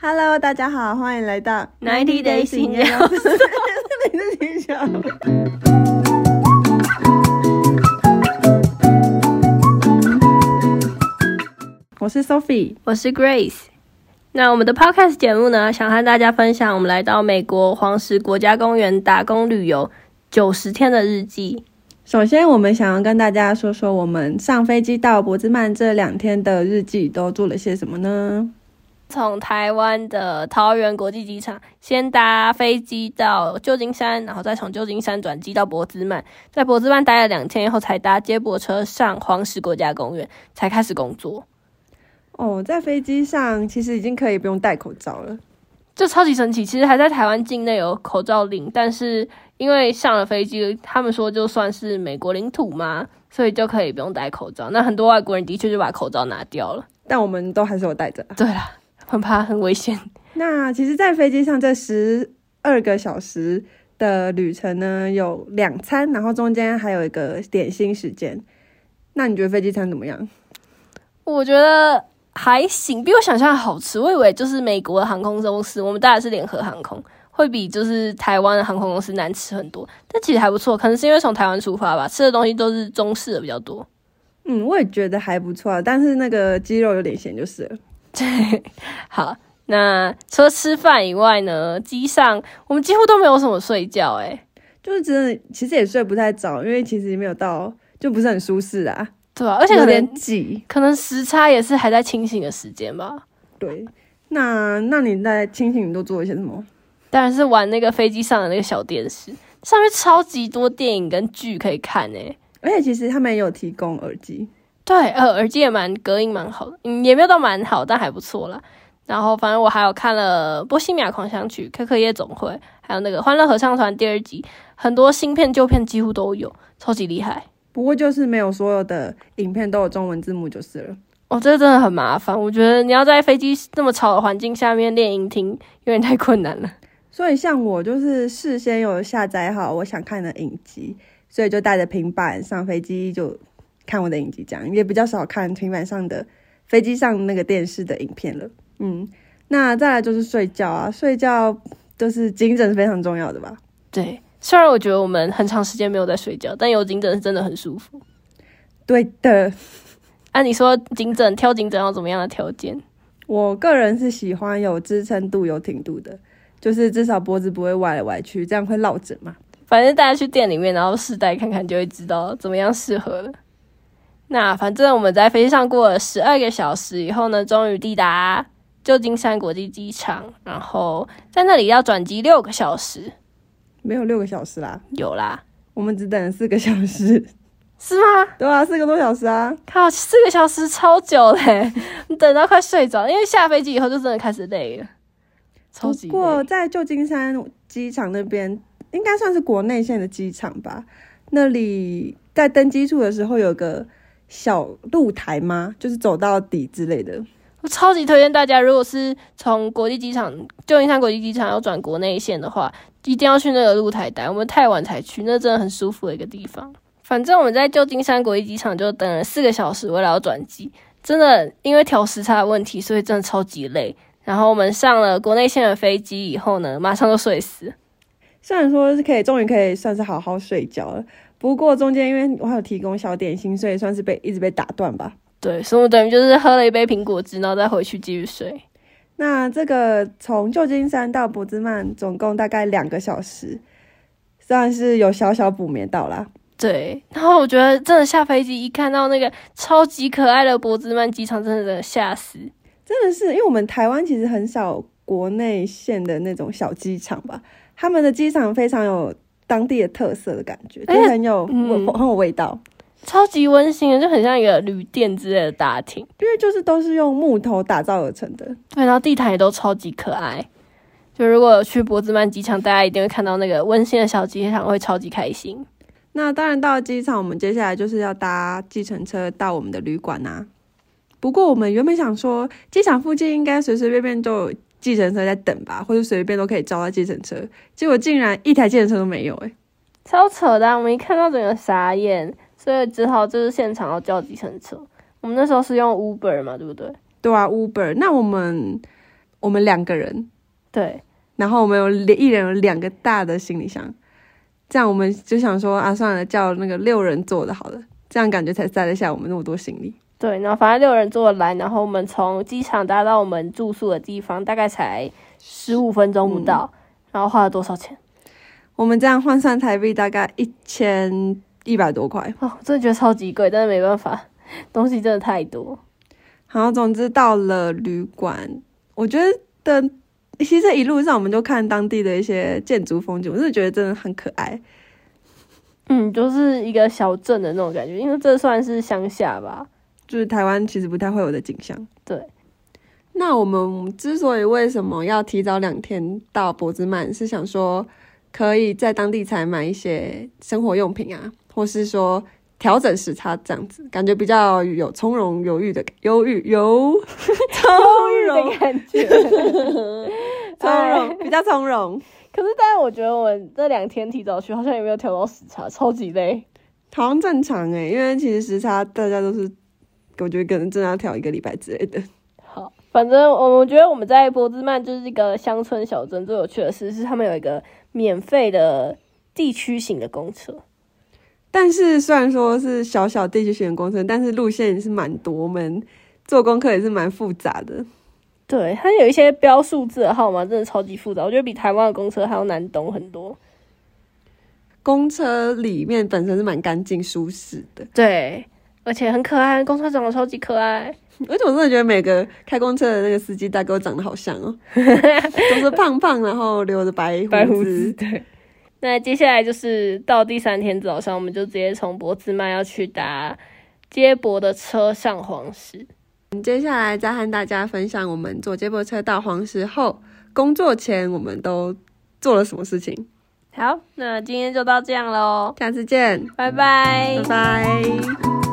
Hello， 大家好，欢迎来到 90 Days in Japan 你自己想。我是 Sophie， 我是 Grace。那我们的 Podcast 节目呢，想和大家分享我们来到美国黄石国家公园打工旅游90天的日记。 首先，我们想要跟大家说说我们上飞机到博兹曼这2天的日记都做了些什么呢？ 从台湾的桃园国际机场先搭飞机到旧金山，然后再从旧金山转机到博兹曼，在博兹曼待了2天以后，才搭接驳车上黄石国家公园，才开始工作。 在飞机上其实已经可以不用戴口罩了， 这超级神奇。其实还在台湾境内有口罩令，但是因为上了飞机，他们说就算是美国领土嘛，所以就可以不用戴口罩。那很多外国人的确就把口罩拿掉了， 但我们都还是有戴着。 对啦，很怕很危险。 那其实在飞机上这12个小时的旅程呢，有2餐，然后中间还有一个点心时间。那你觉得飞机餐怎么样？ 我觉得还行，比我想象好吃。我以为就是美国的航空公司，我们搭的是联合航空，会比就是台湾的航空公司难吃很多，但其实还不错。可能是因为从台湾出发吧，吃的东西都是中式的比较多。 我也觉得还不错，但是那个鸡肉有点咸就是了。 对，好，那除了吃饭以外呢，机上我们几乎都没有什么睡觉就是真的其实也睡不太着，因为其实没有到，就不是很舒适啊。 对啊，而且有点挤， 可能时差也是还在清醒的时间吧。 对，那你在清醒你都做了些什么？ 当然是玩那个飞机上的那个小电视，上面超级多电影跟剧可以看而且其实他们也有提供耳机。 对，耳机也隔音蛮好的，也没有到蛮好，但还不错啦。然后反正我还有看了《波西米亚狂想曲》、《可可夜总会》，还有那个《欢乐合唱团》第2集，很多新片旧片几乎都有，超级厉害。 不过就是没有所有的影片都有中文字幕就是了。 这真的很麻烦，我觉得你要在飞机这么吵的环境下面练音听，有点太困难了。 所以像我就是事先有下载好我想看的影集，所以就带着平板上飞机就看我的影集，这样也比较少看平板上的飞机上那个电视的影片了。那再来就是睡觉啊，睡觉就是精神是非常重要的吧。 对，虽然我觉得我们很长时间没有在睡觉，但有颈枕是真的很舒服。 对的。 你说挑颈枕要怎么样的条件？ 我个人是喜欢有支撑度有挺度的，就是至少脖子不会歪来歪去，这样会落枕嘛。 反正大家去店里面然后试戴看看就会知道怎么样适合了。那反正我们在飞机上过了12个小时以后呢，终于抵达旧金山国际机场，然后在那里要转机6个小时。 没有6个小时啦， 有啦， 我们只等了4个小时。 是吗？ 对啊，4个多小时啊！ 靠，4个小时超久嘞，你等到快睡着，因为下飞机以后就真的开始累了，超级累。 不过在旧金山机场那边，应该算是国内线的机场吧。那里在登机处的时候有个小露台吗？就是走到底之类的。 我超级推荐大家，如果是从旧金山国际机场要转国内线的话，一定要去那个露台待。我们太晚才去，那真的很舒服的一个地方。反正我们在旧金山国际机场就等了4个小时，为了要转机，真的因为调时差的问题，所以真的超级累。然后我们上了国内线的飞机以后呢，马上就睡死。 虽然说终于可以算是好好睡觉了，不过中间因为我还有提供小点心，所以算是一直被打断吧。 对，所以我等于就是喝了一杯苹果汁，然后再回去继续睡。 那这个从旧金山到博兹曼总共大概2个小时，算是有小小补眠到啦。 对，然后我觉得真的下飞机一看到那个超级可爱的博兹曼机场，真的吓死。 真的是因为我们台湾其实很少国内线的那种小机场吧，他们的机场非常有当地的特色的感觉，就很有味道， 超级温馨的，就很像一个旅店之类的大厅， 因为就是都是用木头打造而成的。 对，然后地毯也都超级可爱。就如果有去博兹曼机场，大家一定会看到那个温馨的小机场，会超级开心。 那当然到了机场，我们接下来就是要搭计程车到我们的旅馆啊。不过我们原本想说，机场附近应该随随便便就有计程车在等吧，或者随便都可以招到计程车，结果竟然一台计程车都没有超扯的我们一看到整个傻眼，所以只好就是现场要叫计程车。我们那时候是用 Uber 嘛，对不对？ 对啊 ，Uber。那我们我们2个人， 对， 然后我们一人有2个大的行李箱，这样我们就想说啊，算了，叫那个6人坐的好了，这样感觉才塞得下我们那么多行李。 对，然后反正6人坐得来，然后我们从机场搭到我们住宿的地方，大概才15分钟不到，然后花了多少钱？ 我们这样换算台币大概1100多块。 哦，真的觉得超级贵，但是没办法，东西真的太多。 好，总之到了旅馆，我觉得其实一路上我们就看当地的一些建筑风景，我真的觉得真的很可爱。 就是一个小镇的那种感觉，因为这算是乡下吧， 就是台湾其实不太会有的景象。 对， 那我们之所以为什么要提早2天到博兹曼，是想说可以在当地才买一些生活用品啊，或是说调整时差，这样子感觉比较有从容有序的感觉， 比较从容。 可是，但是我觉得我们这2天提早去，好像也没有调到时差，超级累。 好像正常因为其实时差大家都是，我觉得可能真的要调1个礼拜之类的。 好，反正我觉得我们在博兹曼就是一个乡村小镇，最有趣的是他们有一个免费的地区型的公车。 但是虽然说是小小地区型的公车，但是路线也是蛮多，我们做功课也是蛮复杂的。 对，它有一些标数字的号码真的超级复杂，我觉得比台湾的公车还要难懂很多。 公车里面本身是蛮干净舒适的， 对，而且很可爱，公车长得超级可爱。 而且我真的觉得每个开公车的那个司机大哥长得好像哦，都是胖胖，然后留着白胡子。 对。那接下来就是到第3天早上，我们就直接从博兹曼要去搭接驳的车上黄石。 接下来再和大家分享我们坐接驳车到黄石后，工作前我们都做了什么事情。 好，那今天就到这样咯， 下次见， 拜拜， 拜拜。